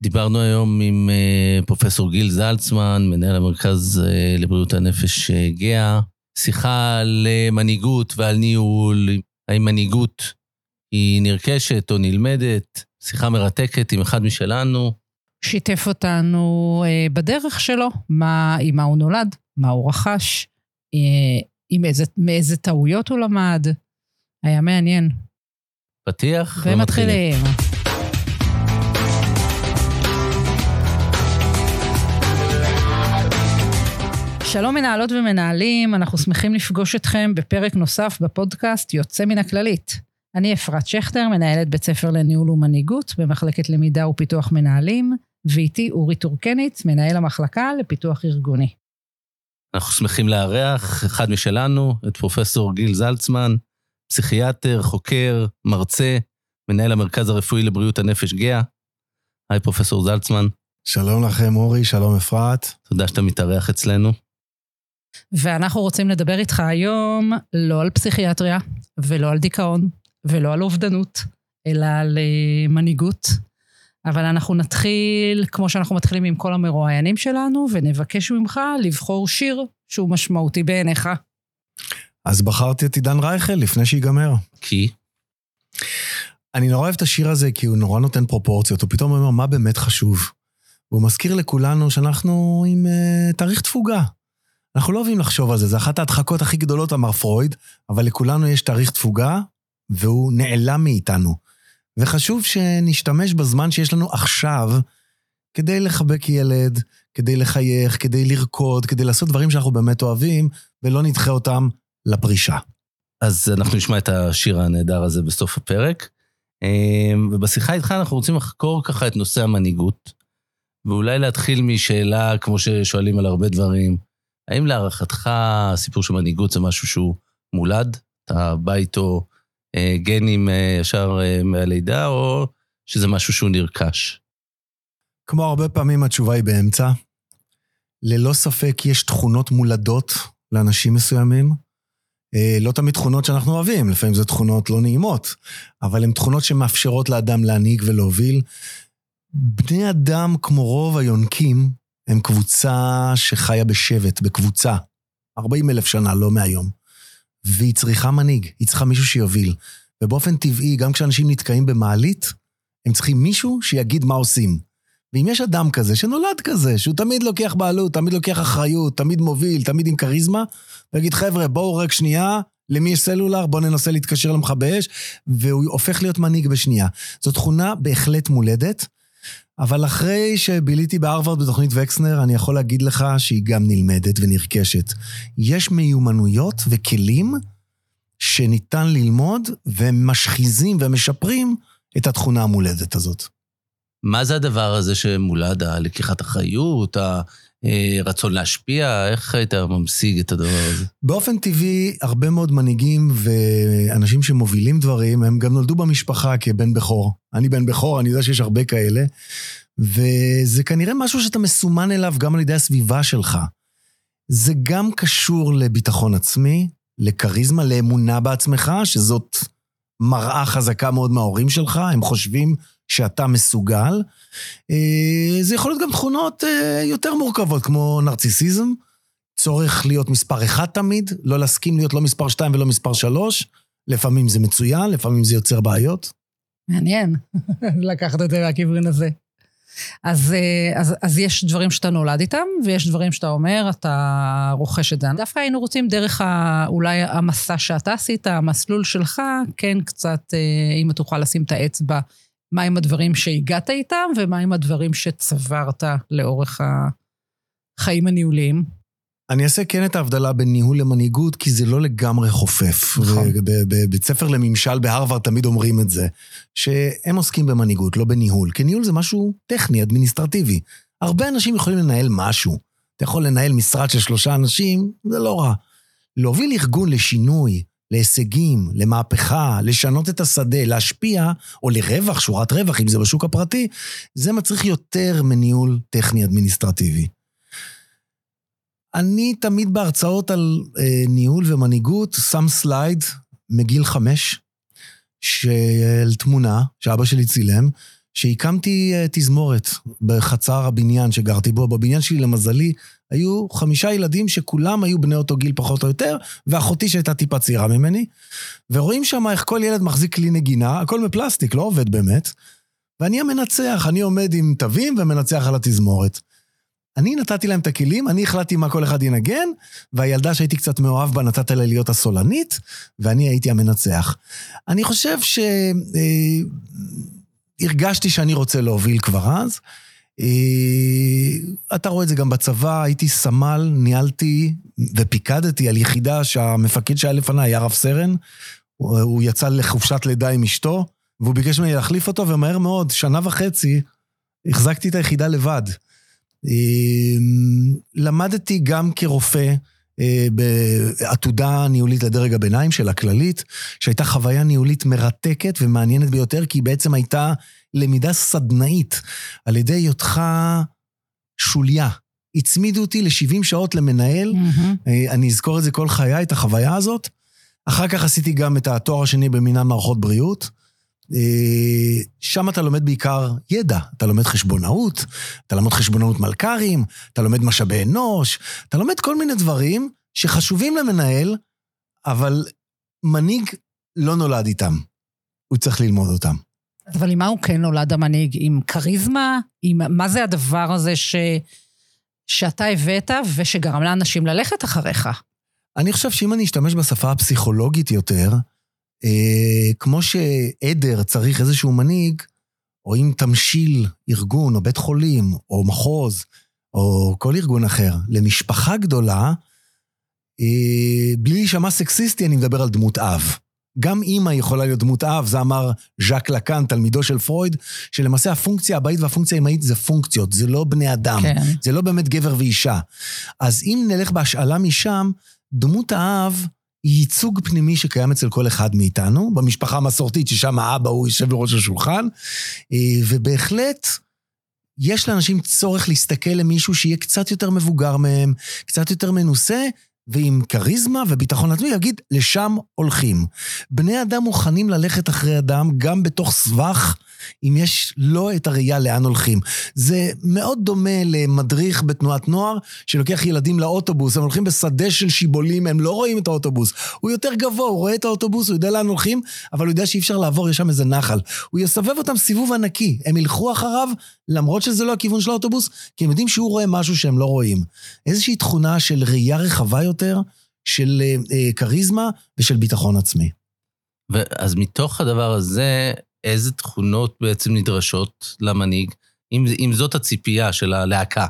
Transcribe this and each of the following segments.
דיברנו היום עם פרופסור גיל זלצמן, מנהל המרכז לבריאות הנפש גאה, שיחה על מנהיגות ועל ניהול, האם מנהיגות היא נרכשת או נלמדת, שיחה מרתקת עם אחד משלנו. שיתף אותנו בדרך שלו, עם מה הוא נולד, מה הוא רכש, מאיזה טעויות הוא למד, היה מעניין. פתיח ומתחילים. שלום מנהלות ומנהלים, אנחנו שמחים לפגוש אתכם בפרק נוסף בפודקאסט יוצא מן הכללית. אני אפרת שכטר, מנהלת בית ספר לניהול ומנהיגות במחלקת למידה ופיתוח מנהלים, ואיתי אורי טורקניץ, מנהל המחלקה לפיתוח ארגוני. אנחנו שמחים לארח אחד משלנו, את פרופסור גיל זלצמן, פסיכיאטר, חוקר, מרצה, מנהל המרכז הרפואי לבריאות הנפש גאה. היי פרופסור זלצמן. שלום לכם אורי, שלום אפרת. תודה שאתה מתארח אצלנו. ואנחנו רוצים לדבר איתך היום לא על פסיכיאטריה, ולא על דיכאון, ולא על אובדנות, אלא על מנהיגות. אבל אנחנו נתחיל, כמו שאנחנו מתחילים עם כל המרואיינים שלנו, ונבקש ממך לבחור שיר שהוא משמעותי בעיניך. אז בחרתי את עידן רייכל לפני שיגמר. כי? אני נורא אוהב את השיר הזה, כי הוא נורא נותן פרופורציות, הוא פתאום אומר מה באמת חשוב. והוא מזכיר לכולנו שאנחנו עם תאריך תפוגה. אנחנו לא אוהבים לחשוב על זה, זה אחת ההדחקות הכי גדולות, אמר פרויד, אבל לכולנו יש תאריך תפוגה, והוא נעלם מאיתנו. וחשוב שנשתמש בזמן שיש לנו עכשיו, כדי לחבק ילד, כדי לחייך, כדי לרקוד, כדי לעשות דברים שאנחנו באמת אוהבים, ולא נדחה אותם לפרישה. אז אנחנו נשמע את השיר הנהדר הזה בסוף הפרק, ובשיחה איתך אנחנו רוצים לחקור ככה את נושא המנהיגות, ואולי להתחיל משאלה כמו ששואלים על הרבה דברים, האם להערכתך הסיפור של מנהיגות זה משהו שהוא מולד, אתה בא איתו גנים ישר מהלידה, או שזה משהו שהוא נרכש? כמו הרבה פעמים התשובה היא באמצע. ללא ספק יש תכונות מולדות לאנשים מסוימים, לא תמיד תכונות שאנחנו אוהבים, לפעמים זה תכונות לא נעימות, אבל הן תכונות שמאפשרות לאדם להנהיג ולהוביל. בני אדם כמו רוב היונקים, הם קבוצה שחיה בשבט, בקבוצה, 40,000 שנה, לא מהיום. והיא צריכה מנהיג, היא צריכה מישהו שיוביל. ובאופן טבעי, גם כשאנשים נתקעים במעלית, הם צריכים מישהו שיגיד מה עושים. ואם יש אדם כזה, שנולד כזה, שהוא תמיד לוקח בעלות, תמיד לוקח אחריות, תמיד מוביל, תמיד עם קריזמה, ויגיד, חבר'ה, בואו רק שנייה, למי יש סלולר, בואו ננסה להתקשר למכבי אש, והוא הופך להיות מנהיג בשנייה. זו תכונה בהחלט מולדת, אבל אחרי שביליתי בהרווארד בתוכנית וקסנר, אני יכול להגיד לך שהיא גם נלמדת ונרכשת. יש מיומנויות וכלים שניתן ללמוד, והם משחיזים ומשפרים את התכונה המולדת הזאת. מה זה הדבר הזה שמולד, הלקיחת אחריות, הרצון להשפיע? איך היית ממשיג את הדבר הזה? באופן טבעי, הרבה מאוד מנהיגים ואנשים שמובילים דברים, הם גם נולדו במשפחה כבן בכור. אני בן בכור, אני יודע שיש הרבה כאלה, וזה כנראה משהו שאתה מסומן אליו גם על ידי הסביבה שלך. זה גם קשור לביטחון עצמי, לקריזמה, לאמונה בעצמך, שזאת מראה חזקה מאוד מההורים שלך, הם חושבים שאתה מסוגל. זה יכול להיות גם תכונות יותר מורכבות, כמו נרציסיזם, צורך להיות מספר 1 תמיד, לא להסכים להיות לא מספר 2 ולא מספר 3, לפעמים זה מצוין, לפעמים זה יוצר בעיות. מעניין, לקחת את זה מהכיוון הזה. אז יש דברים שאתה נולד איתם, ויש דברים שאתה אומר, אתה רוכש את זה. דווקא היינו רוצים דרך אולי המסע שאתה עשית, המסלול שלך, כן קצת, אם תוכל לשים את האצבע, מה עם הדברים שהגעת איתם, ומה עם הדברים שצברת לאורך החיים הניהוליים? אני אעשה כן את ההבדלה בין ניהול למנהיגות, כי זה לא לגמרי חופף. בבית ספר לממשל בהרווארד תמיד אומרים את זה, שהם עוסקים במנהיגות, לא בניהול. כי ניהול זה משהו טכני, אדמיניסטרטיבי. הרבה אנשים יכולים לנהל משהו. אתה יכול לנהל משרד של 3 אנשים, זה לא רע. להוביל ארגון לשינוי, להישגים, למהפכה, לשנות את השדה, להשפיע, או לרווח, שורת רווח, אם זה בשוק הפרטי, זה מצריך יותר מניהול טכני אדמיניסטרטיבי. אני תמיד בהרצאות על ניהול ומנהיגות, שם סלייד מגיל 5, של תמונה, שאבא שלי צילם, שהקמתי תזמורת בחצר הבניין שגרתי בו. בבניין שלי למזלי היו 5 ילדים שכולם היו בני אותו גיל פחות או יותר, ואחותי שהייתה טיפה צעירה ממני, ורואים שם איך כל ילד מחזיק כלי נגינה, הכל מפלסטיק, לא עובד באמת, ואני המנצח, אני עומד עם תווים ומנצח על התזמורת. אני נתתי להם את הכלים, אני החלטתי מה כל אחד ינגן, והילדה שהייתי קצת מאוהב בה נתת לה להיות הסולנית, ואני הייתי המנצח. אני חושב הרגשתי שאני רוצה להוביל כבר אז. אתה רואה את זה גם בצבא, הייתי סמל, ניהלתי ופיקדתי על יחידה שהמפקד שהיה לפני היה רב סרן, הוא יצא לחופשת לידה עם אשתו, והוא ביקש ממני להחליף אותו, ומהר מאוד, 1.5 שנה, החזקתי את היחידה לבד. למדתי גם כרופא, בעתודה ניהולית לדרג הביניים של הכללית, שהייתה חוויה ניהולית מרתקת ומעניינת ביותר, כי היא בעצם הייתה למידה סדנאית, על ידי היותך שוליה. הצמידו אותי ל70 שעות למנהל, אני אזכור את זה כל חיי, את החוויה הזאת. אחר כך עשיתי גם את התואר השני במינהל מערכות בריאות, שם אתה לומד בעיקר ידע, אתה לומד חשבונאות, אתה לומד חשבונאות מלכ"רים, אתה לומד משאבי אנוש, אתה לומד כל מיני דברים שחשובים למנהל, אבל מנהיג לא נולד איתם, הוא צריך ללמוד אותם. אבל עם מה הוא כן נולד המנהיג? עם קריזמה? מה זה הדבר הזה שאתה הבאת ושגרם לאנשים ללכת אחריך? אני חושב שאם אני אשתמש בשפה הפסיכולוגית יותר, כמו שעדר צריך איזשהו מנהיג, או אם תמשיל ארגון, או בית חולים, או מחוז, או כל ארגון אחר, למשפחה גדולה, בלי להישמע סקסיסטי, אני מדבר על דמות אב. גם אמא יכולה להיות דמות אב, זה אמר ז'אק לקאן, תלמידו של פרויד, שלמעשה הפונקציה הבית והפונקציה האמהית זה פונקציות, זה לא בני אדם, כן. זה לא באמת גבר ואישה. אז אם נלך בהשאלה משם, דמות האב, היא ייצוג פנימי שקיים אצל כל אחד מאיתנו, במשפחה המסורתית ששם האבא הוא יושב בראש השולחן, ובהחלט יש לאנשים צורך להסתכל למישהו שיהיה קצת יותר מבוגר מהם, קצת יותר מנוסה, ועם קריזמה וביטחון עצמי, יגיד, לשם הולכים. בני אדם מוכנים ללכת אחרי אדם, גם בתוך סבך, אם יש לו את הראייה לאן הולכים. זה מאוד דומה למדריך בתנועת נוער, שלוקח ילדים לאוטובוס, הם הולכים בשדה של שיבולים, הם לא רואים את האוטובוס. הוא יותר גבוה, הוא רואה את האוטובוס, הוא יודע לאן הולכים, אבל הוא יודע שאי אפשר לעבור, יש שם איזה נחל. הוא יסובב אותם סיבוב ענקי, הם ילכו אחריו, למרות שזה לא הכיוון של האוטובוס, כי הם יודעים שהוא רואה משהו שהם לא רואים. איזושהי תכונה של ראייה רחבה יותר, של קריזמה ושל ביטחון עצמי. אז מתוך הדבר הזה, איזה תכונות בעצם נדרשות למנהיג, אם זאת הציפייה של הלהקה?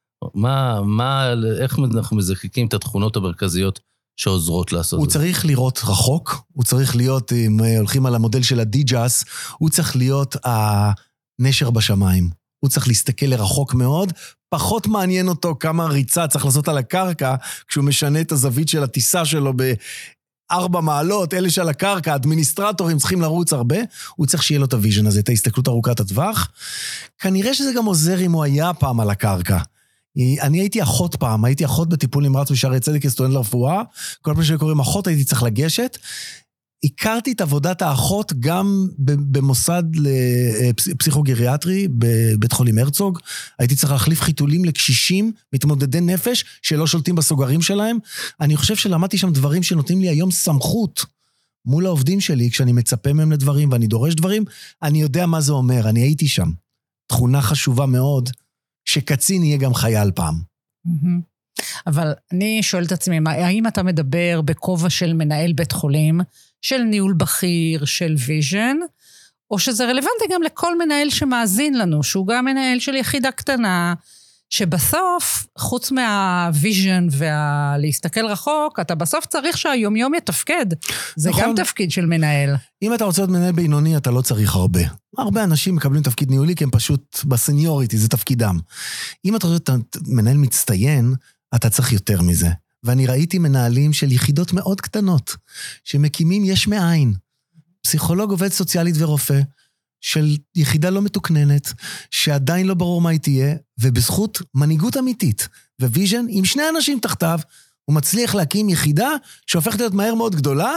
איך אנחנו מזקקים את התכונות המרכזיות שעוזרות לעשות הוא את זה? הוא צריך לראות רחוק, הוא צריך להיות, אם הולכים על המודל של הדי-ג'אס, הוא צריך להיות הנשר בשמיים. הוא צריך להסתכל לרחוק מאוד, פחות מעניין אותו כמה ריצה צריך לעשות על הקרקע, כשהוא משנה את הזווית של הטיסה שלו 4 מעלות, אלה של הקרקע, האדמיניסטרטורים צריכים לרוץ הרבה, הוא צריך שיהיה לו את הוויז'ן הזה, את ההסתכלות ארוכת הטווח. כנראה שזה גם עוזר אם הוא היה פעם על הקרקע. אני הייתי אחות פעם, הייתי אחות בטיפול נמרץ בשערי צדק כסטודנט לרפואה, כל פעם שקוראים אחות הייתי צריך לגשת, הכרתי את עבודת האחות גם במוסד פסיכוגריאטרי בבית חולים הרצוג, הייתי צריך להחליף חיתולים לקשישים, מתמודדי נפש שלא שולטים בסוגרים שלהם, אני חושב שלמדתי שם דברים שנותנים לי היום סמכות מול העובדים שלי, כשאני מצפה מהם לדברים ואני דורש דברים, אני יודע מה זה אומר, אני הייתי שם. תכונה חשובה מאוד, שקצין יהיה גם חייל פעם. אבל אני שואלת את עצמי, האם אתה מדבר בכובע של מנהל בית חולים, של ניהול בכיר, של ויז'ן, או שזה רלוונטי גם לכל מנהל שמאזין לנו, שהוא גם מנהל של יחידה קטנה, שבסוף, חוץ מהוויז'ן ולהסתכל רחוק, אתה בסוף צריך שהיומיום יתפקד. זה נכון. גם תפקיד של מנהל. אם אתה רוצה להיות מנהל בינוני, אתה לא צריך הרבה. הרבה אנשים מקבלים תפקיד ניהולי, כי הם פשוט בסניוריטי, זה תפקידם. אם אתה רוצה להיות מנהל מצטיין, אתה צריך יותר מזה. ואני ראיתי מנהלים של יחידות מאוד קטנות, שמקימים יש מאין. פסיכולוג, עובד סוציאלית ורופא, של יחידה לא מתוקננת, שעדיין לא ברור מה היא תהיה, ובזכות מנהיגות אמיתית, וויז'ן, עם 2 אנשים תחתיו, הוא מצליח להקים יחידה, שהופכת להיות מהר מאוד גדולה,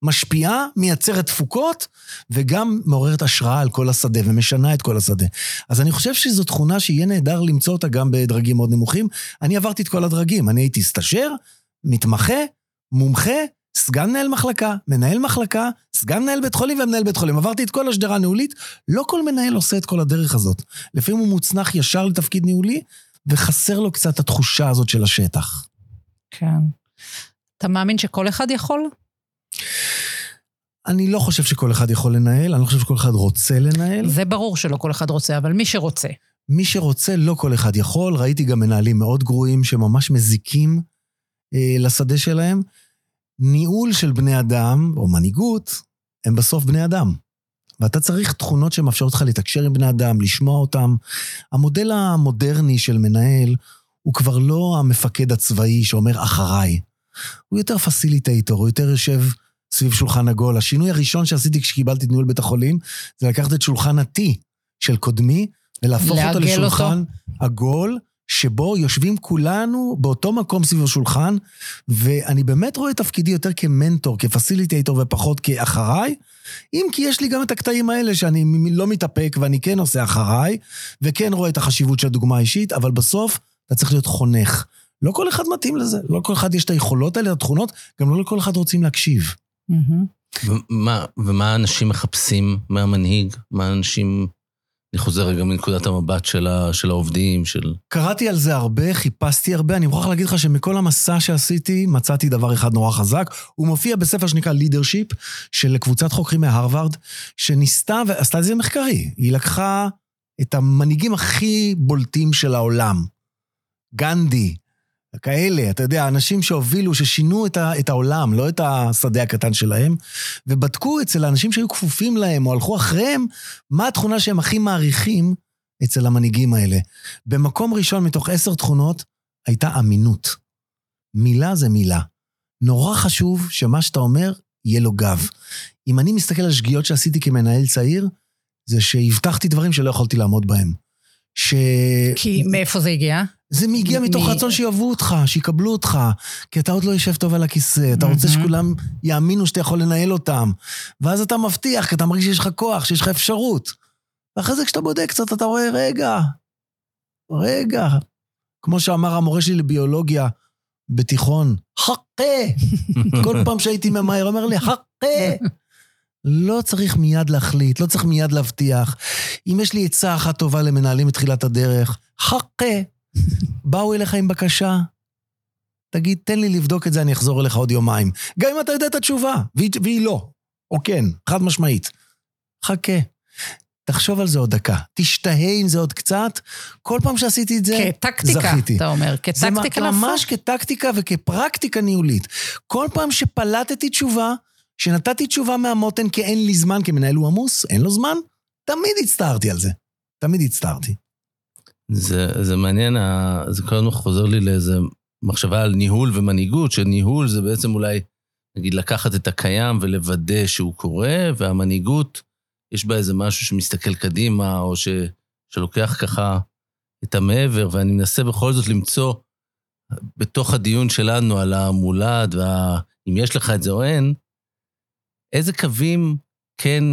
משפיעה, מייצרת תפוקות, וגם מעוררת השראה על כל השדה, ומשנה את כל השדה. אז אני חושב שזו תכונה שיהיה נהדר למצוא אותה גם בדרגים מאוד נמוכים. אני עברתי את כל הדרגים, אני הייתי סטאז'ר, מתמחה, מומחה, סגן מנהל מחלקה, מנהל מחלקה, סגן מנהל בית חולים ומנהל בית חולים. עברתי את כל השדרה הניהולית, לא כל מנהל עושה את כל הדרך הזאת. לפעמים הוא מוצנח ישר לתפקיד ניהולי, וחסר לו קצת התחושה הזאת של השטח. כן. אתה מאמין שכל אחד יכול? אני לא חושב שכל אחד יכול לנהל, אני לא חושב שכל אחד רוצה לנהל. זה ברור שלא כל אחד רוצה, אבל מי שרוצה. מי שרוצה, לא כל אחד יכול. ראיתי גם מנהלים מאוד גרועים שממש מזיקים לשדה שלהם. ניהול של בני אדם, או מנהיגות, הם בסוף בני אדם. ואתה צריך תכונות שמאפשרות לך לתקשר עם בני אדם, לשמוע אותם. המודל המודרני של מנהל, הוא כבר לא המפקד הצבאי שאומר אחריי. הוא יותר פסיליטייטור, הוא יותר יושב סביב שולחן עגול. השינוי הראשון שעשיתי כשקיבלתי את ניהול בית החולים, זה לקחת את שולחן עתי של קודמי, ולהפוך אותו לשולחן עגול, שבו יושבים כולנו באותו מקום סביב השולחן, ואני באמת רואה תפקידי יותר כמנטור, כפסיליטייטור ופחות כאחריי, אם כי יש לי גם את הקטעים האלה שאני לא מתאפק ואני כן עושה אחריי, וכן רואה את החשיבות של הדוגמה האישית, אבל בסוף אתה צריך להיות חונך. לא כל אחד מתאים לזה, לא כל אחד יש את היכולות האלה, התכונות, גם לא לכל אחד רוצים להקשיב. ומה האנשים מחפשים מהמנהיג? מה האנשים... אני חוזר רגע מנקודת המבט של העובדים, של... קראתי על זה הרבה, חיפשתי הרבה, אני מוכרח להגיד לך שמכל המסע שעשיתי, מצאתי דבר אחד נורא חזק, הוא מופיע בספר שנקרא Leadership, של קבוצת חוקרים מהרווארד, שניסתה ועשתה את זה מחקרי. היא לקחה את המנהיגים הכי בולטים של העולם, גנדי, כאלה, אתה יודע, אנשים שהובילו, ששינו את העולם, לא את השדה הקטן שלהם, ובדקו אצל האנשים שהיו כפופים להם, או הלכו אחריהם, מה התכונה שהם הכי מעריכים אצל המנהיגים האלה. במקום ראשון מתוך 10 תכונות, הייתה אמינות. מילה זה מילה. נורא חשוב שמה שאתה אומר, יהיה לו גב. אם אני מסתכל על שגיאות שעשיתי כמנהל צעיר, זה שהבטחתי דברים שלא יכולתי לעמוד בהם. כי מאיפה זה הגיע? זה מגיע מתוך רצון שיאהבו אותך, שיקבלו אותך, כי אתה עוד לא יושב טוב על הכיסא, אתה רוצה שכולם יאמינו שאתה יכול לנהל אותם, ואז אתה מבטיח, כי אתה מרגיש שיש לך כוח, שיש לך אפשרות. ואחרי זה כשאתה בודק קצת, אתה רואה, רגע, כמו שאמר המורה שלי לביולוגיה בתיכון, חכה, כל פעם שהייתי ממהר, אומר לי, חכה, לא צריך מיד להחליט, לא צריך מיד להבטיח. אם יש לי עצה אחת טובה למנהלים מתחילת הדרך, חכה, באו אליך עם בקשה, תגיד, תן לי לבדוק את זה, אני אחזור אליך עוד יומיים. גם אם אתה יודע את התשובה, והיא לא, או כן, חד משמעית. חכה, תחשוב על זה עוד דקה, תשתהה עם זה עוד קצת, כל פעם שעשיתי את זה, כטקטיקה, זכיתי. אתה אומר, כטקטיקה זה ממש כטקטיקה וכפרקטיקה ניהולית. כל פעם שפלטתי תשובה, שנתתי תשובה מהמותן כי אין לי זמן, כמנהל הוא עמוס, אין לו זמן, תמיד הצטערתי על זה. תמיד הצטערתי. זה מעניין, זה כל הזמן חוזר לי לאיזה מחשבה על ניהול ומנהיגות, שניהול זה בעצם אולי, נגיד, לקחת את הקיים ולוודא שהוא קורה, והמנהיגות, יש בה איזה משהו שמסתכל קדימה, או שלוקח ככה את המעבר, ואני מנסה בכל זאת למצוא, בתוך הדיון שלנו על המולד, אם יש לך את זה או אין, איזה קווים כן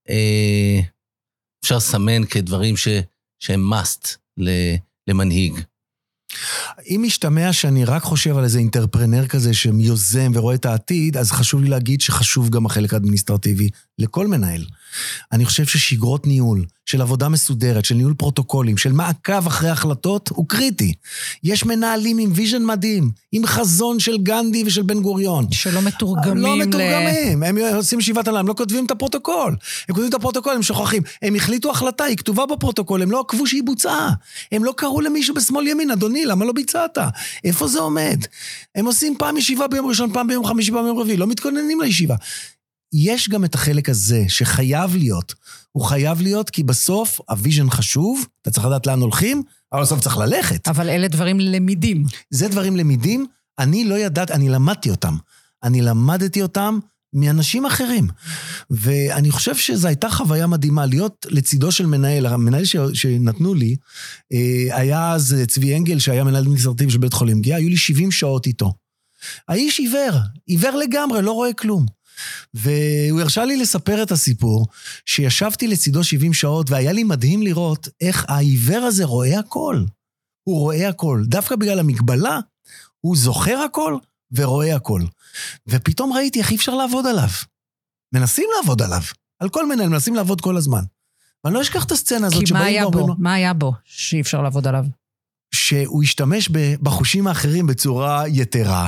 אפשר לסמן כדברים שהם must למנהיג? אם משתמע שאני רק חושב על איזה אינטרפרנר כזה שיוזם ורואה את העתיד, אז חשוב לי להגיד שחשוב גם החלק האדמיניסטרטיבי לכל מנהל. אני חושב ששגרות ניהול, של עבודה מסודרת, של ניהול פרוטוקולים, של מעקב אחרי החלטות, הוא קריטי. יש מנהלים עם ויז'ן מדהים, עם חזון של גנדי ושל בן גוריון. שלא מתורגמים. לא מתורגמים, הם עושים שיבת עליהם, לא כותבים את הפרוטוקול. הם כותבים את הפרוטוקול, הם שוכחים. הם החליטו החלטה, היא כתובה בפרוטוקול, הם לא עקבו שהיא בוצעה. הם לא קראו למישהו בשמאל ימין, אדוני, למה לא ביצעת? איפה זה עומד? הם עושים פעם ישיבה ביום ראשון, פעם ביום חמישי, פעם ביום רביעי, לא מתכוננים לישיבה. יש גם את החלק הזה שחייב להיות. הוא חייב להיות כי בסוף הוויז'ן חשוב, אתה צריך לדעת לאן הולכים, אבל בסוף צריך ללכת. אבל אלה דברים למידים. זה דברים למידים, אני לא ידעת, אני למדתי אותם. אני למדתי אותם מאנשים אחרים. ואני חושב שזו הייתה חוויה מדהימה, להיות לצידו של מנהל, המנהל שנתנו לי, היה אז צבי אנגל, שהיה מנהל אדמיניסטרטיבי של בית חולים גאה, היו לי 70 שעות איתו. האיש עיוור לגמרי, לא רואה כלום. והוא הרשה לי לספר את הסיפור, שישבתי לצידו 70 שעות, והיה לי מדהים לראות איך העיוור הזה רואה הכל. הוא רואה הכל. דווקא בגלל המגבלה, הוא זוכר הכל ורואה הכל. ופתאום ראיתי איך אי אפשר לעבוד עליו. מנסים לעבוד עליו. על כל מנהל, מנסים לעבוד כל הזמן. ואני לא אשכח את הסצנה הזאת. כי מה היה בו שאי אפשר לעבוד עליו? שהוא השתמש בחושים האחרים בצורה יתרה,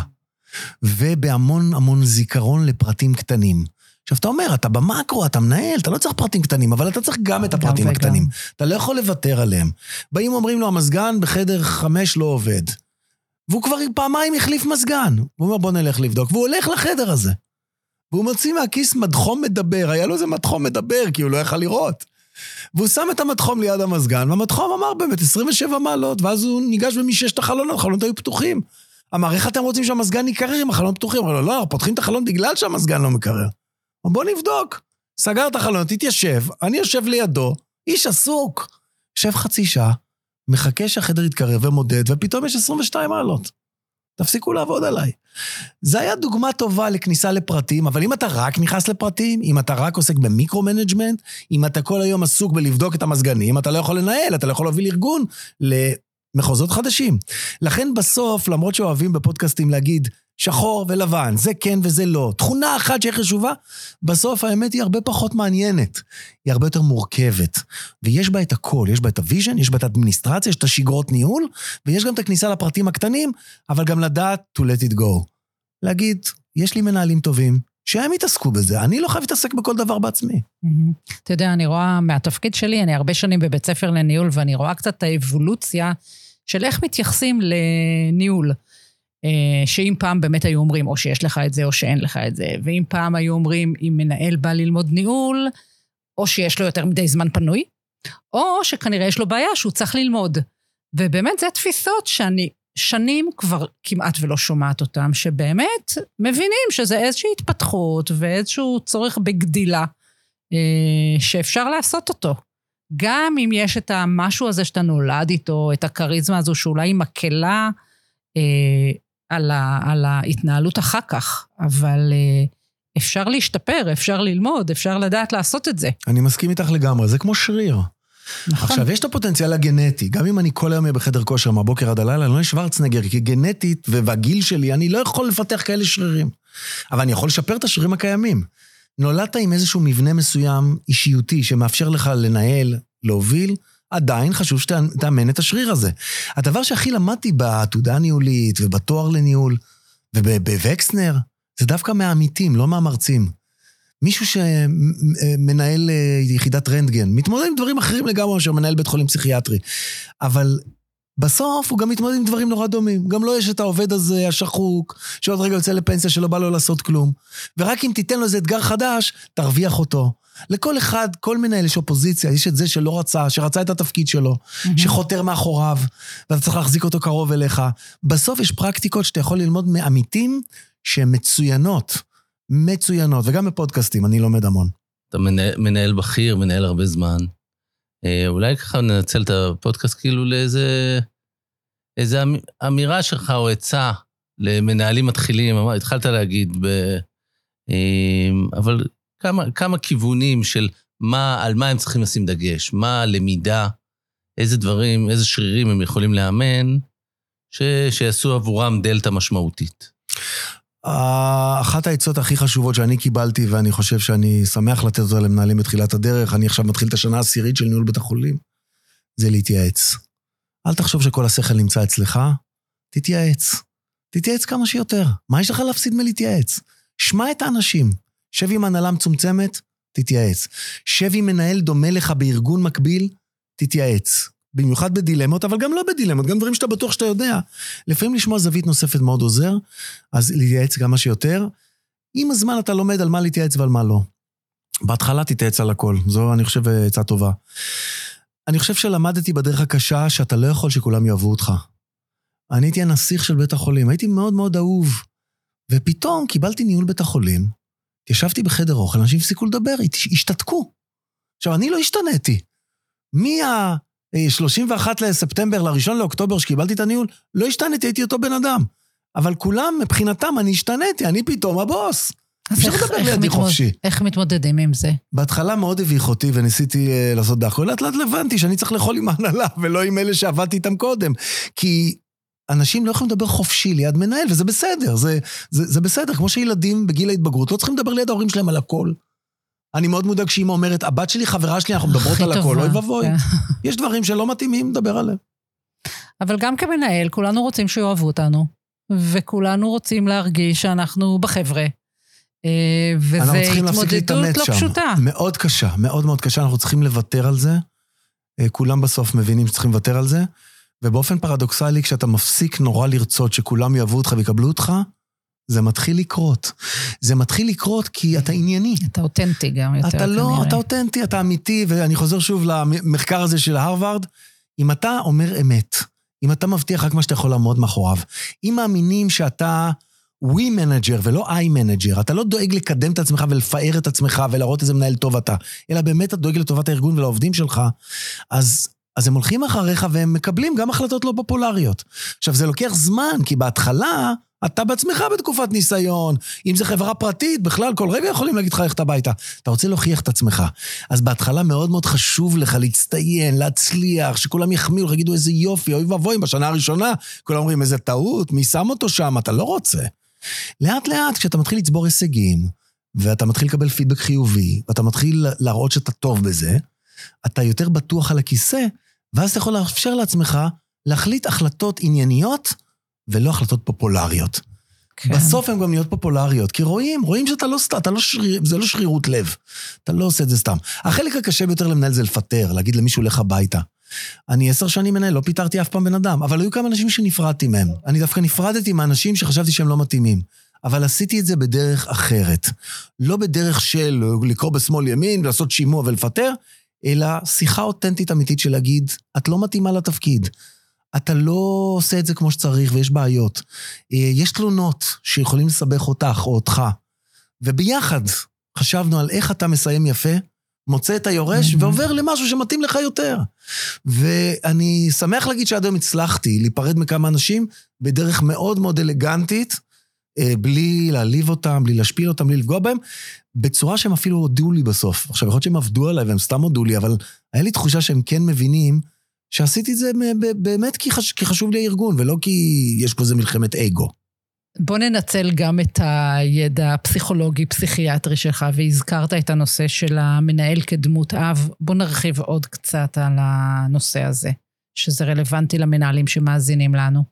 ובהמון המון זיכרון לפרטים קטנים. עכשיו אתה אומר, אתה במקרו, אתה מנהל, אתה לא צריך פרטים קטנים, אבל אתה צריך גם את הפרטים הקטנים. אתה לא יכול לוותר עליהם. באים אומרים לו, המסגן בחדר 5 לא עובד. והוא כבר פעמיים החליף מסגן. הוא אומר, בוא נלך לבדוק. והוא הולך לחדר הזה. והוא מוציא מהכיס מדחום מדבר. היה לו איזה מדחום מדבר, כי הוא לא יכל לראות. והוא שם את המדחום ליד המסגן, והמדחום אמר באמת 27 מעלות, ואז הוא ניגש במששת החלונות, החלונות היו פתוחים. אמר, איך אתם רוצים שהמסגן יקרר עם החלונות פתוחים? אמר לו, לא, פותחים את החלון בגלל שהמסגן לא מקרר. בוא נבדוק. סגר את החלון, תתיישב, אני יושב לידו, איש עסוק. יושב חצי שעה, מחכה שהחדר יתקרר ומודד, ופתאום יש 22 מעלות. תפסיקו לעבוד עליי. זה היה דוגמה טובה לכניסה לפרטים, אבל אם אתה רק נכנס לפרטים, אם אתה רק עוסק במיקרו-מנג'מנט, אם אתה כל היום עסוק בלבדוק את המסגנים, אתה לא יכול לנהל, אתה לא יכול להוביל ארגון למחוזות חדשים. לכן בסוף, למרות שאוהבים בפודקאסטים להגיד, שחור ולבן, זה כן וזה לא, תכונה אחת שהיא חשובה, בסוף האמת היא הרבה פחות מעניינת, היא הרבה יותר מורכבת, ויש בה את הכל, יש בה את הוויז'ן, יש בה את האדמיניסטרציה, יש את השגרות ניהול, ויש גם את הכניסה לפרטים הקטנים, אבל גם לדעת to let it go. להגיד, יש לי מנהלים טובים, שהם יתעסקו בזה, אני לא חייב להתעסק בכל דבר בעצמי. אתה יודע, אני רואה מהתפקיד שלי, אני הרבה שנים בבית ספר לניהול, ואני רואה קצת את האבולוציה של איך מתייחסים לניהול. שאם פעם באמת היו אומרים, או שיש לך את זה, או שאין לך את זה, ואם פעם היו אומרים, אם מנהל בא ללמוד ניהול, או שיש לו יותר מדי זמן פנוי, או שכנראה יש לו בעיה שהוא צריך ללמוד. ובאמת זה תפיסות שאני שנים כבר כמעט ולא שומעת אותם, שבאמת מבינים שזה איזושהי התפתחות, ואיזשהו צורך בגדילה, שאפשר לעשות אותו. גם אם יש את המשהו הזה שאתה נולד איתו, את הקריזמה הזו שאולי היא מקלה, על ההתנהלות אחר כך, אבל אפשר להשתפר, אפשר ללמוד, אפשר לדעת לעשות את זה. אני מסכים איתך לגמרי, זה כמו שריר. נכון. עכשיו, יש את הפוטנציאל הגנטי, גם אם אני כל היום בחדר כושר מהבוקר עד הלילה, אני לא שוורצנגר, כי גנטית ובגיל שלי, אני לא יכול לפתח כאלה שרירים. אבל אני יכול לשפר את השרירים הקיימים. נולדת עם איזשהו מבנה מסוים אישיותי, שמאפשר לך לנהל, להוביל, עדיין חשוב שתאמן את השריר הזה. הדבר שהכי למדתי בעתודה הניהולית ובתואר לניהול ובווקסנר, זה דווקא מהעמיתים, לא מהמרצים. מישהו שמנהל יחידת רנטגן, מתמודד עם דברים אחרים לגמרי שמנהל בית חולים פסיכיאטרי. אבל בסוף הוא גם מתמודד עם דברים נורא דומים. גם לא יש את העובד הזה, השחוק, שעוד רגע יוצא לפנסיה שלא בא לו לעשות כלום. ורק אם תיתן לו איזה אתגר חדש, תרוויח אותו. לכל אחד, כל מנהל יש אופוזיציה, יש את זה שלא רצה, שרצה את התפקיד שלו, שחותר מאחוריו, ואתה צריך להחזיק אותו קרוב אליך. בסוף יש פרקטיקות שאתה יכול ללמוד מעמיתים שהן מצוינות, וגם בפודקאסטים, אני לומד המון. אתה מנהל בכיר, מנהל הרבה זמן. אולי ככה ננצל את הפודקאסט כאילו לאיזה אמירה שלך או עצה למנהלים מתחילים, התחלת להגיד, אבל כמה כיוונים של על מה הם צריכים לשים דגש, מה הלמידה, איזה דברים, איזה שרירים הם יכולים לאמן, שיעשו עבורם דלטה משמעותית. אחת העצות הכי חשובות שאני קיבלתי, ואני חושב שאני שמח לתת אותה למנהלים בתחילת הדרך, אני עכשיו מתחיל את השנה העשירית של ניהול בית החולים, זה להתייעץ. אל תחשוב שכל השכל נמצא אצלך, תתייעץ כמה שיותר. מה יש לך להפסיד מלהתייעץ? שמע את האנשים, שב עם הנהלה מצומצמת, תתייעץ. שב עם מנהל דומה לך בארגון מקביל, תתייעץ. במיוחד בדילמות, אבל גם לא בדילמות, גם דברים שאתה בטוח שאתה יודע. לפעמים לשמוע זווית נוספת מאוד עוזר, אז להתייעץ כמה שיותר. עם הזמן אתה לומד על מה להתייעץ ועל מה לא. בהתחלה תתייעץ על הכל, זו אני חושב עצה טובה. אני חושב שלמדתי בדרך הקשה שאתה לא יכול שכולם יאהבו אותך. אני הייתי הנסיך של בית החולים, הייתי מאוד מאוד אהוב, ופתאום קיבלתי ניהול בית החולים, ישבתי בחדר אוכל, אנשים הפסיקו לדבר, השתתקו. עכשיו, אני לא השתניתי. 31 לספטמבר, ל1 לאוקטובר שקיבלתי את הניהול, לא השתניתי, הייתי אותו בן אדם. אבל כולם, מבחינתם, אני השתניתי, אני פתאום הבוס. אפשר לדבר לידי חופשי. איך מתמודדים עם זה? בהתחלה מאוד הביך אותי וניסיתי לעשות דחו, לאט הבנתי שאני צריך לאכול עם ההנהלה, ולא עם אלה שעבדתי איתם קודם. כי אנשים לא יכולים לדבר חופשי ליד מנהל, וזה בסדר, זה בסדר. כמו שילדים בגיל ההתבגרות לא צריכים לדבר ליד ההורים שלהם על הכל. אני מאוד מודאג שאמא אומרת, הבת שלי חברה שלי, אנחנו מדברות על הכל, אוי ובוי. יש דברים שלא מתאימים לדבר עליהם. אבל גם כמנהל, כולנו רוצים שיאהבו אותנו, וכולנו רוצים להרגיש שאנחנו בחברה. וזו התמודדות לא פשוטה. מאוד קשה, מאוד מאוד קשה, אנחנו צריכים לוותר על זה. כולם בסוף מבינים שצריכים לוותר על זה, ובאופן פרדוקסלי, כשאתה מפסיק נורא לרצות שכולם יאהבו אותך ויקבלו אותך, זה מתחיל לקרות. זה מתחיל לקרות כי אתה ענייני. אתה אותנטי גם יותר. אתה לא, אתה אותנטי, אתה אמיתי, ואני חוזר שוב למחקר הזה של הרווארד, אם אתה אומר אמת, אם אתה מבטיח רק מה שאתה יכול לעמוד מאחוריו, אם מאמינים שאתה we manager ולא I manager, אתה לא דואג לקדם את עצמך ולפאר את עצמך ולהראות איזה מנהל טוב אתה, אלא באמת אתה דואג לטובת הארגון ולעובדים שלך, אז הם הולכים אחריך והם מקבלים גם החלטות לא פופולריות. עכשיו זה לוקח זמן, כי בהתחלה אתה בעצמך בתקופת ניסיון, אם זה חברה פרטית, בכלל כל רגע יכולים להגיד לך איך אתה הביתה. אתה רוצה להוכיח את עצמך. אז בהתחלה מאוד מאוד חשוב לך להצטיין, להצליח, שכולם יחמיאו, יגידו איזה יופי, אוי ואבוי, בשנה הראשונה, כולם אומרים איזה טעות, מי שם אותו שם, אתה לא רוצה. לאט לאט, כשאתה מתחיל לצבור הישגים, ואתה מתחיל לקבל פידבק חיובי, ואתה מתחיל להראות שאתה טוב בזה, אתה יותר בטוח על הכיסא, ואז אתה יכול לאפשר לעצמך להחליט החלטות ענייניות, ולא החלטות פופולריות. כן. בסוף הן גם נהיות פופולריות, כי רואים שאתה לא סתם, זה לא שרירות לב. אתה לא עושה את זה סתם. החלק הקשה ביותר למנהל זה לפטר, להגיד למישהו לך הביתה. אני 10 שנים מנהל, לא פיטרתי אף פעם בן אדם, אבל היו כמה אנשים שנפרדתי מהם. אני דווקא נפרדתי מהאנשים שחשבתי שהם לא מתאימים. אבל עשיתי את זה בדרך אחרת. לא בדרך של לקרוא בשמאל ימין, לעשות שימוע ולפטר, אלא שיחה אותנטית אמיתית של להגיד, את לא מתאימה לתפקיד. אתה לא עושה את זה כמו שצריך, ויש בעיות. יש תלונות שיכולים לסבך אותך או אותך, וביחד חשבנו על איך אתה מסיים יפה, מוצא את היורש, ועובר למשהו שמתאים לך יותר. ואני שמח להגיד שעד היום הצלחתי להיפרד מכמה אנשים, בדרך מאוד מאוד אלגנטית, בלי להעליב אותם, בלי להשפיל אותם, בלי לפגוע בהם, בצורה שהם אפילו הודיעו לי בסוף. עכשיו, יכול להיות שהם עבדו עליי, והם סתם הודיעו לי, אבל היה לי תחושה שהם כן מבינים, שעשיתי את זה באמת כי חשוב לי הארגון, ולא כי יש פה איזה מלחמת אגו. בוא ננצל גם את הידע הפסיכולוגי, פסיכיאטרי שלך, והזכרת את הנושא של המנהל כדמות אב. בוא נרחיב עוד קצת על הנושא הזה, שזה רלוונטי למנהלים שמאזינים לנו.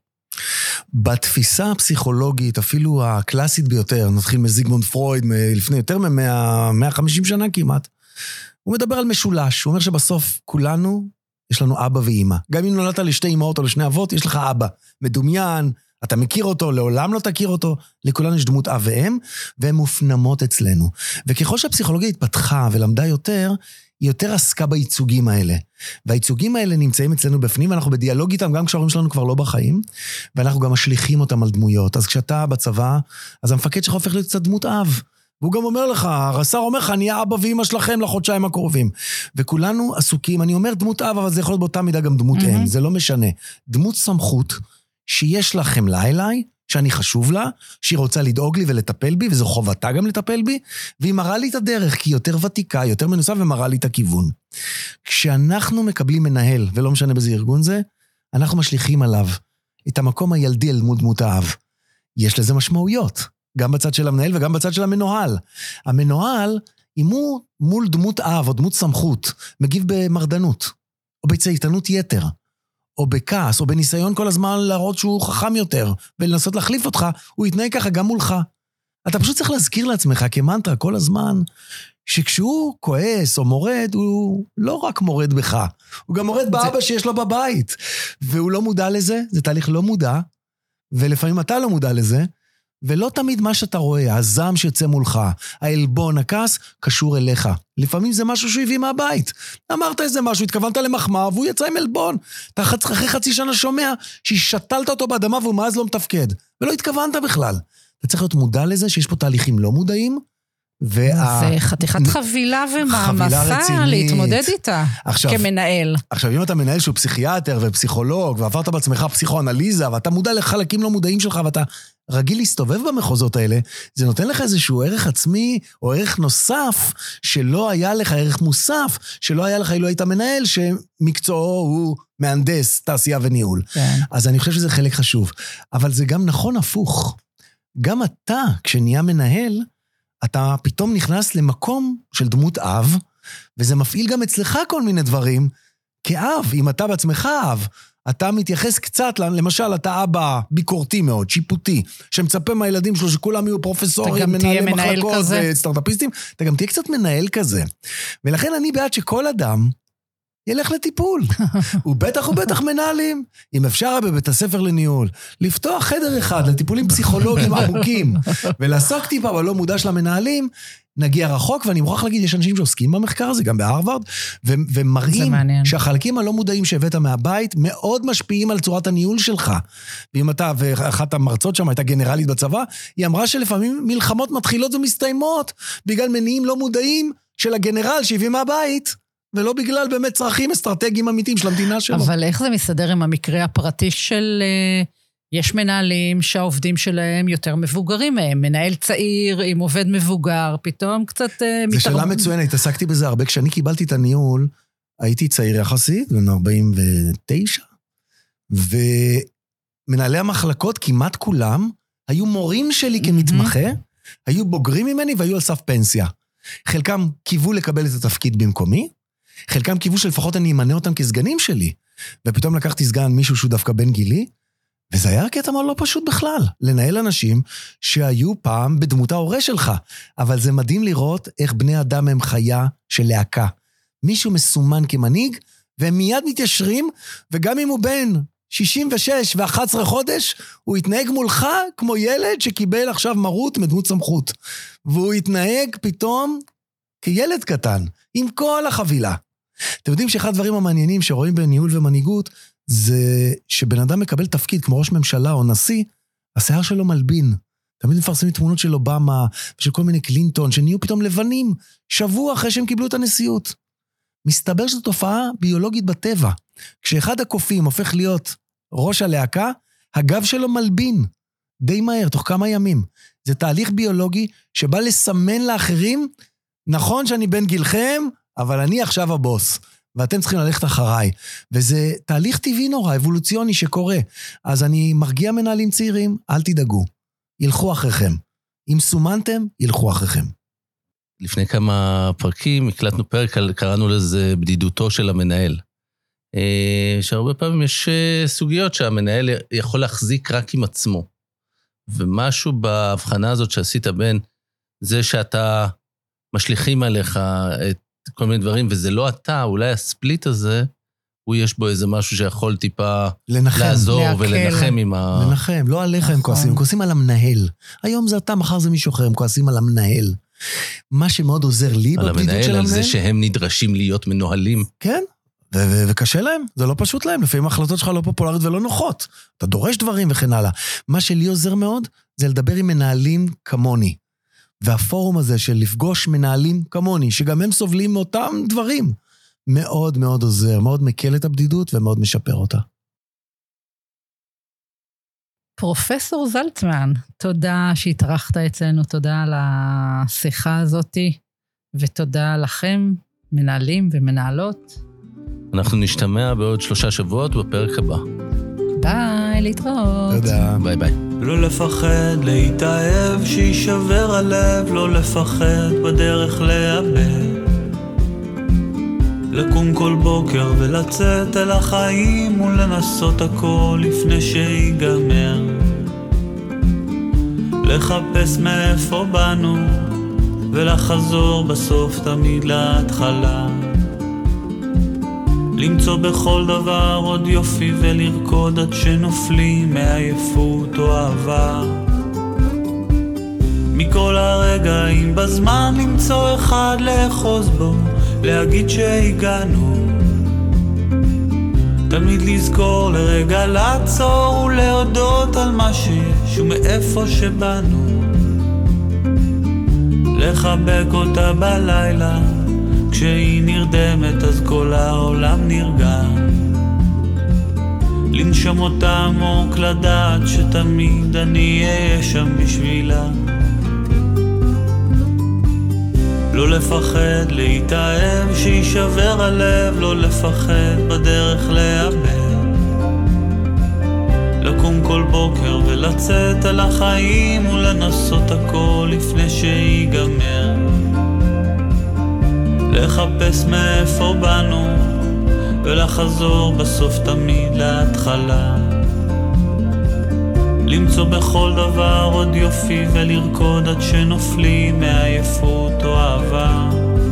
בתפיסה הפסיכולוגית, אפילו הקלאסית ביותר, נתחיל מזיגמונד פרויד, לפני יותר מ-150 שנה כמעט, הוא מדבר על משולש, הוא אומר שבסוף כולנו, יש לנו אבא ואמא. גם אם נולדת לשתי אמהות או לשני אבות, יש לך אבא. מדומיין, אתה מכיר אותו, לעולם לא תכיר אותו, לכולנו יש דמות אב ואם, והן מופנמות אצלנו. וככל שהפסיכולוגיה התפתחה ולמדה יותר, היא יותר עסקה בייצוגים האלה. והייצוגים האלה נמצאים אצלנו בפנים, ואנחנו בדיאלוג איתם, גם כשההורים שלנו כבר לא בחיים, ואנחנו גם משליכים אותם על דמויות. אז כשאתה בצבא, אז המפקד שלך הופך להיות קצת דמות אב. והוא גם אומר לך, הרס"ר אומר לך, אני אבא ואמא שלכם לחודשיים הקרובים. וכולנו עסוקים, אני אומר דמות אב, אבל זה יכול להיות באותה מידה גם דמות אם, זה לא משנה. דמות סמכות, שיש לה חמלה אליי, שאני חשוב לה, שהיא רוצה לדאוג לי ולטפל בי, וזו חובתה גם לטפל בי, והיא מראה לי את הדרך, כי היא יותר ותיקה, יותר מנוסה, ומראה לי את הכיוון. כשאנחנו מקבלים מנהל, ולא משנה באיזה ארגון זה, אנחנו משליכים עליו את המקום הילדי אל דמות האב. יש לזה משמעויות. גם בצד של המנהל וגם בצד של המנוהל. המנוהל, אם הוא מול דמות אב או דמות סמכות, מגיב במרדנות, או בצייתנות יתר, או בכעס, או בניסיון כל הזמן להראות שהוא חכם יותר, ולנסות להחליף אותך, הוא יתנהג ככה גם מולך. אתה פשוט צריך להזכיר לעצמך כמנטרה כל הזמן, שכשהוא כועס או מורד, הוא לא רק מורד בך, הוא גם מורד באבא שיש לו בבית, והוא לא מודע לזה, זה תהליך לא מודע, ולפעמים אתה לא מודע לזה, ולא תמיד מה שאתה רואה, הזעם שיוצא מולך, העלבון, הכעס, קשור אליך. לפעמים זה משהו שהוא הביא מהבית. אמרת איזה משהו, התכוונת למחמאה, והוא יצא עם עלבון. אתה אחרי חצי שנה שומע ששתלת אותו באדמה, והוא מאז לא מתפקד. ולא התכוונת בכלל. אתה צריך להיות מודע לזה שיש פה תהליכים לא מודעים, זה חתיכת חבילה ומעמסה להתמודד איתה כמנהל. עכשיו, אם אתה מנהל שהוא פסיכיאטר ופסיכולוג, ועברת בעצמך פסיכואנליזה, ואתה מודע לחלקים לא מודעים שלך, ואתה רגיל להסתובב במחוזות האלה, זה נותן לך איזשהו ערך עצמי, או ערך נוסף, שלא היה לך ערך מוסף, שלא היה לך אילו היית מנהל, שמקצועו הוא מהנדס, תעשייה וניהול. כן. אז אני חושב שזה חלק חשוב. אבל זה גם נכון הפוך. גם אתה, כשנהיה מנהל, אתה פתאום נכנס למקום של דמות אב, וזה מפעיל גם אצלך כל מיני דברים, כאב, אם אתה בעצמך אב, אתה מתייחס קצת, למשל, אתה אבא ביקורתי מאוד, שיפוטי, שמצפה מהילדים שלו שכולם יהיו פרופסורים, מנהלי מחלקות וסטארט-אפיסטים, אתה גם תהיה קצת מנהל כזה. ולכן אני בעד שכל אדם ילך לטיפול. ובטח מנהלים. אם אפשר בבית הספר לניהול, לפתוח חדר אחד לטיפולים פסיכולוגיים עמוקים, ולעסוק טיפה בלא מודע של המנהלים, נגיע רחוק, ואני מוכרח להגיד, יש אנשים שעוסקים במחקר הזה, גם בהרווארד, ומראים שהחלקים הלא מודעים שהבאת מהבית, מאוד משפיעים על צורת הניהול שלך. ואם אתה, ואחת המרצות שם הייתה גנרלית בצבא, היא אמרה שלפעמים מלחמות מתחילות ומסתיימות, בגלל מניעים לא מודעים של הגנרל שהביא מהבית, ולא בגלל באמת צרכים אסטרטגיים אמיתיים של המדינה שלו. אבל איך זה מסתדר עם המקרה הפרטי של... יש מנהלים שהעובדים שלהם יותר מבוגרים מהם, מנהל צעיר עם עובד מבוגר, פתאום קצת... זו שאלה מצוינת, התעסקתי בזה הרבה, כשאני קיבלתי את הניהול, הייתי צעיר יחסית, בן 49, ומנהלי המחלקות כמעט כולם, היו מורים שלי כמתמחה, היו בוגרים ממני והיו על סף פנסיה. חלקם קיוו לקבל את התפקיד במקומי, חלקם קיוו שלפחות אני אמנה אותם כסגנים שלי, ופתאום לקחתי סגן מישהו שהוא דווקא בן גילי, וזה היה קטע מאוד לא פשוט בכלל, לנהל אנשים שהיו פעם בדמות ההורה שלך, אבל זה מדהים לראות איך בני אדם הם חיה של להקה. מישהו מסומן כמנהיג, והם מיד מתיישרים, וגם אם הוא בן 66 ו11 חודש, הוא יתנהג מולך כמו ילד שקיבל עכשיו מרות מדמות סמכות, והוא יתנהג פתאום כילד קטן, עם כל החבילה. אתם יודעים שאחד הדברים המעניינים שרואים בניהול ומנהיגות, זה שבן אדם מקבל תפקיד כמו ראש ממשלה או נשיא, השיער שלו מלבין. תמיד מפרסמים תמונות של אובמה ושל כל מיני קלינטון, שנהיו פתאום לבנים, שבוע אחרי שהם קיבלו את הנשיאות. מסתבר שזו תופעה ביולוגית בטבע. כשאחד הקופים הופך להיות ראש הלהקה, הגב שלו מלבין, די מהר, תוך כמה ימים. זה תהליך ביולוגי שבא לסמן לאחרים, נכון שאני בן גילכם, אבל אני עכשיו הבוס. ואתם צריכים ללכת אחריי, וזה תהליך טבעי נורא, אבולוציוני שקורה, אז אני מרגיע מנהלים צעירים, אל תדאגו, ילכו אחריכם, אם סומנתם, ילכו אחריכם. לפני כמה פרקים הקלטנו פרק, קראנו לזה בדידותו של המנהל, שהרבה פעמים יש סוגיות שהמנהל יכול להחזיק רק עם עצמו, ומשהו בהבחנה הזאת שעשית בין זה שאתה משליכים עליך את כל מיני דברים, וזה לא אתה, אולי הספליט הזה, הוא יש בו איזה משהו שיכול טיפה לעזור ולנחם עם ה... לנחם, לא עליך הם כועסים, הם כועסים על המנהל. היום זה אתה, מחר זה מישהו אחר, הם כועסים על המנהל. מה שמאוד עוזר לי בבדידות של המנהל... על זה שהם נדרשים להיות מנוהלים. כן, וקשה להם, זה לא פשוט להם, לפעמים ההחלטות שלך לא פופולריות ולא נוחות. אתה דורש דברים וכן הלאה. מה שלי עוזר מאוד, זה לדבר עם מנהלים כמוני. והפורום הזה של לפגוש מנהלים כמוני, שגם הם סובלים מאותם דברים, מאוד מאוד עוזר, מאוד מקל את הבדידות ומאוד משפר אותה. פרופסור זלצמן, תודה שהתארחת אצלנו, תודה על השיחה הזאת, ותודה לכם, מנהלים ומנהלות. אנחנו נשתמע בעוד 3 שבועות בפרק הבא. ביי, להתראות. תודה. ביי ביי. לא לפחד להתאהב, שישבר הלב, לא לפחד בדרך לאבד. לקום כל בוקר ולצאת אל החיים ולנסות הכל לפני שיגמר. לחפש מאיפה באנו ולחזור בסוף תמיד להתחלה. למצוא בכל דבר עוד יופי ולרקוד עד שנופלים מעייפות או אהבה. מכל הרגעים בזמן למצוא אחד לאחוז בו, להגיד שהגענו. תמיד לזכור לרגע לעצור ולהודות על מה שיש ומאיפה שבאנו. לחבק אותה בלילה, כשהיא נרדמת אז כל העולם נרגע. לנשום אותה עמוק, לדעת שתמיד אני אהיה שם בשבילה. לא לפחד להתאהב, שישבר הלב, לא לפחד בדרך לאבד. לקום כל בוקר ולצאת על החיים ולנסות הכל לפני שיגמר. לחפש מאיפה באנו ולחזור בסוף תמיד להתחלה. למצוא בכל דבר עוד יופי ולרקוד עד שנופלים מעייפות או אהבה.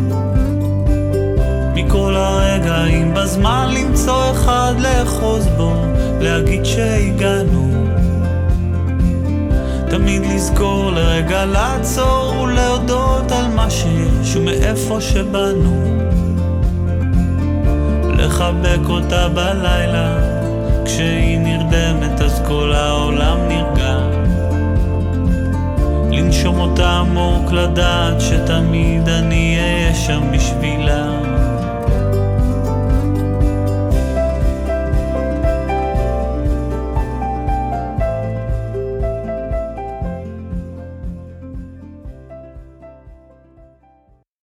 מכל הרגעים בזמן למצוא אחד לאחוז בו, להגיד שהגענו. תמיד לזכור לרגע לעצור ולהודות על מה שיש ומאיפה שבאנו. לחבק אותה בלילה, כשהיא נרדמת אז כל העולם נרגע. לנשום אותה עמוק, לדעת שתמיד אני אהיה שם בשבילה.